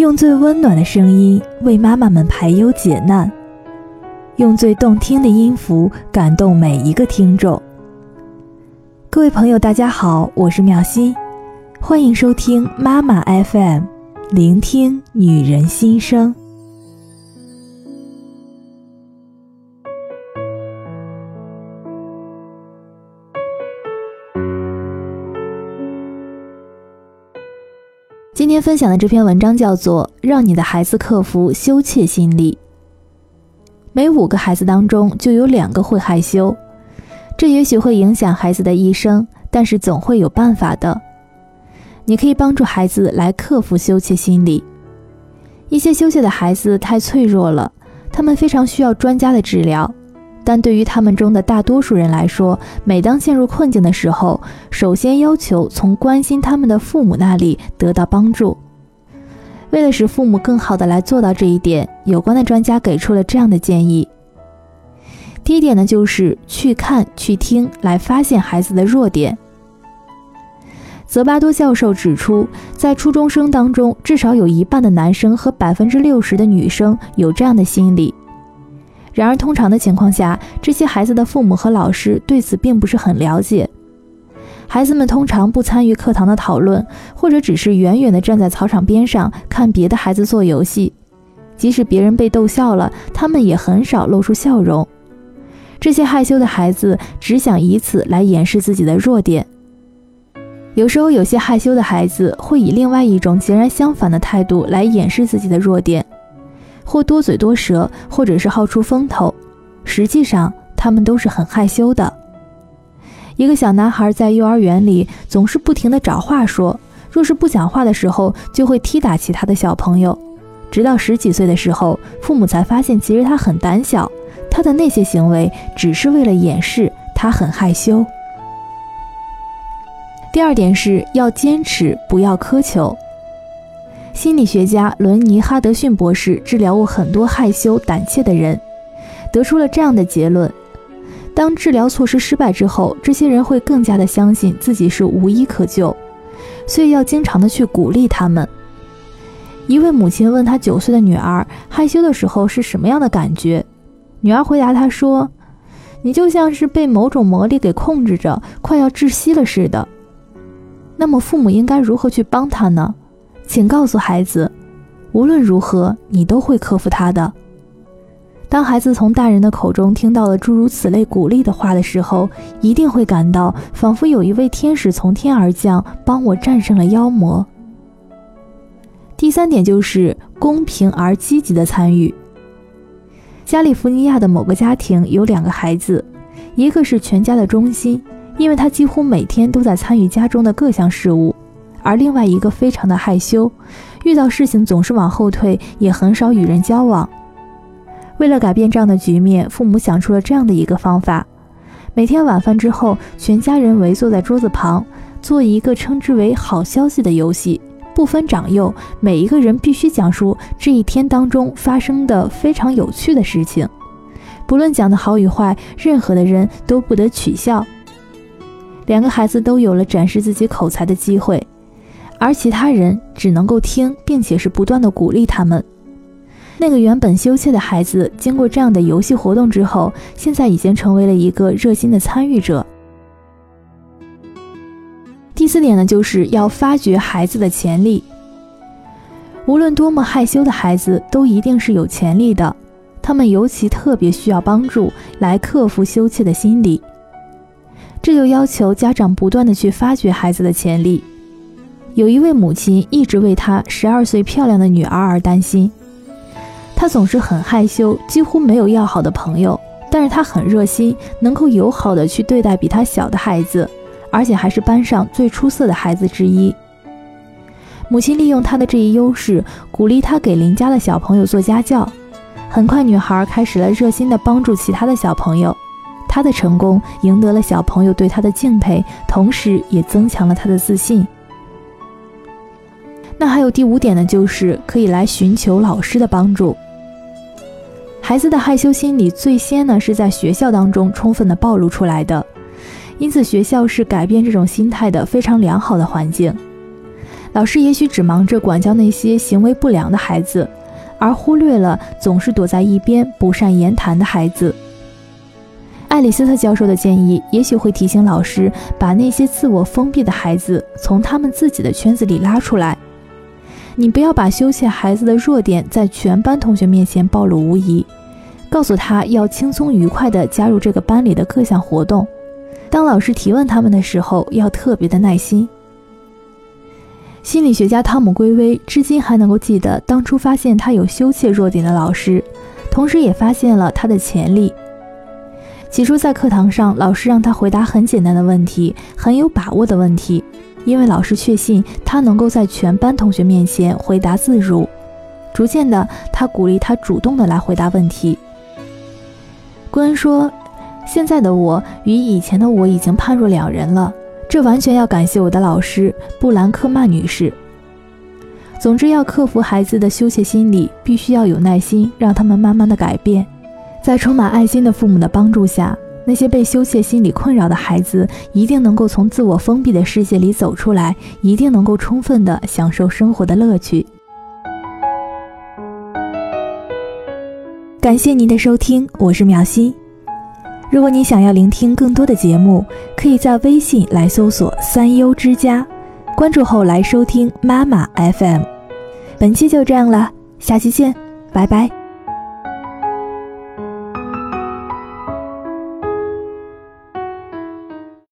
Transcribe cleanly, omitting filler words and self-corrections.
用最温暖的声音为妈妈们排忧解难，用最动听的音符感动每一个听众。各位朋友大家好，我是妙心，欢迎收听妈妈 FM， 聆听女人心声。今天分享的这篇文章叫做《让你的孩子克服羞怯心理》。每5个孩子当中就有2个会害羞，这也许会影响孩子的一生，但是总会有办法的。你可以帮助孩子来克服羞怯心理。一些羞怯的孩子太脆弱了，他们非常需要专家的治疗，但对于他们中的大多数人来说，每当陷入困境的时候，首先要求从关心他们的父母那里得到帮助。为了使父母更好地来做到这一点，有关的专家给出了这样的建议。第一点呢，就是去看去听，来发现孩子的弱点。泽巴多教授指出，在初中生当中，至少有1半的男生和60%的女生有这样的心理。然而通常的情况下，这些孩子的父母和老师对此并不是很了解。孩子们通常不参与课堂的讨论，或者只是远远地站在操场边上看别的孩子做游戏。即使别人被逗笑了，他们也很少露出笑容。这些害羞的孩子只想以此来掩饰自己的弱点。有时候有些害羞的孩子会以另外一种截然相反的态度来掩饰自己的弱点，或多嘴多舌，或者是好出风头，实际上他们都是很害羞的。一个小男孩在幼儿园里总是不停地找话说，若是不讲话的时候就会踢打其他的小朋友，直到10几岁的时候，父母才发现其实他很胆小，他的那些行为只是为了掩饰他很害羞。第2点是要坚持，不要苛求。心理学家伦尼·哈德逊博士治疗过很多害羞胆怯的人，得出了这样的结论：当治疗措施失败之后，这些人会更加的相信自己是无医可救，所以要经常的去鼓励他们。一位母亲问她9岁的女儿害羞的时候是什么样的感觉，女儿回答她说：你就像是被某种魔力给控制着，快要窒息了似的。那么父母应该如何去帮她呢？请告诉孩子，无论如何你都会克服它的。当孩子从大人的口中听到了诸如此类鼓励的话的时候，一定会感到仿佛有一位天使从天而降，帮我战胜了妖魔。第3点就是公平而积极的参与。加利福尼亚的某个家庭有2个孩子，一个是全家的中心，因为他几乎每天都在参与家中的各项事务，而另外一个非常的害羞，遇到事情总是往后退，也很少与人交往。为了改变这样的局面，父母想出了这样的一个方法：每天晚饭之后，全家人围坐在桌子旁，做一个称之为好消息的游戏，不分长幼，每一个人必须讲述这一天当中发生的非常有趣的事情，不论讲的好与坏，任何的人都不得取笑。2个孩子都有了展示自己口才的机会，而其他人只能够听，并且是不断的鼓励他们。那个原本羞怯的孩子，经过这样的游戏活动之后，现在已经成为了一个热心的参与者。第4点呢，就是要发掘孩子的潜力。无论多么害羞的孩子，都一定是有潜力的，他们尤其特别需要帮助来克服羞怯的心理。这就要求家长不断地去发掘孩子的潜力。有一位母亲一直为她12岁漂亮的女儿而担心，她总是很害羞，几乎没有要好的朋友，但是她很热心，能够友好地去对待比她小的孩子，而且还是班上最出色的孩子之一。母亲利用她的这一优势，鼓励她给邻家的小朋友做家教。很快女孩开始了热心地帮助其他的小朋友，她的成功赢得了小朋友对她的敬佩，同时也增强了她的自信。那还有第5点呢，就是可以来寻求老师的帮助。孩子的害羞心理最先呢是在学校当中充分的暴露出来的，因此学校是改变这种心态的非常良好的环境。 老师也许只忙着管教那些行为不良的孩子，而忽略了总是躲在一边不善言谈的孩子。艾里斯特教授的建议也许会提醒老师把那些自我封闭的孩子从他们自己的圈子里拉出来。你不要把羞怯孩子的弱点在全班同学面前暴露无遗，告诉他要轻松愉快地加入这个班里的各项活动。当老师提问他们的时候，要特别的耐心。心理学家汤姆·圭威至今还能够记得当初发现他有羞怯弱点的老师，同时也发现了他的潜力。起初在课堂上，老师让他回答很简单的问题，很有把握的问题，因为老师确信他能够在全班同学面前回答自如。逐渐的，他鼓励他主动的来回答问题。圭恩说，现在的我与以前的我已经判若两人了，这完全要感谢我的老师布兰克曼女士。总之，要克服孩子的羞怯心理，必须要有耐心，让他们慢慢的改变。在充满爱心的父母的帮助下，那些被羞怯心理困扰的孩子一定能够从自我封闭的世界里走出来，一定能够充分的享受生活的乐趣。感谢您的收听，我是苗希。如果你想要聆听更多的节目，可以在微信来搜索三优之家，关注后来收听妈妈 FM。本期就这样了，下期见，拜拜。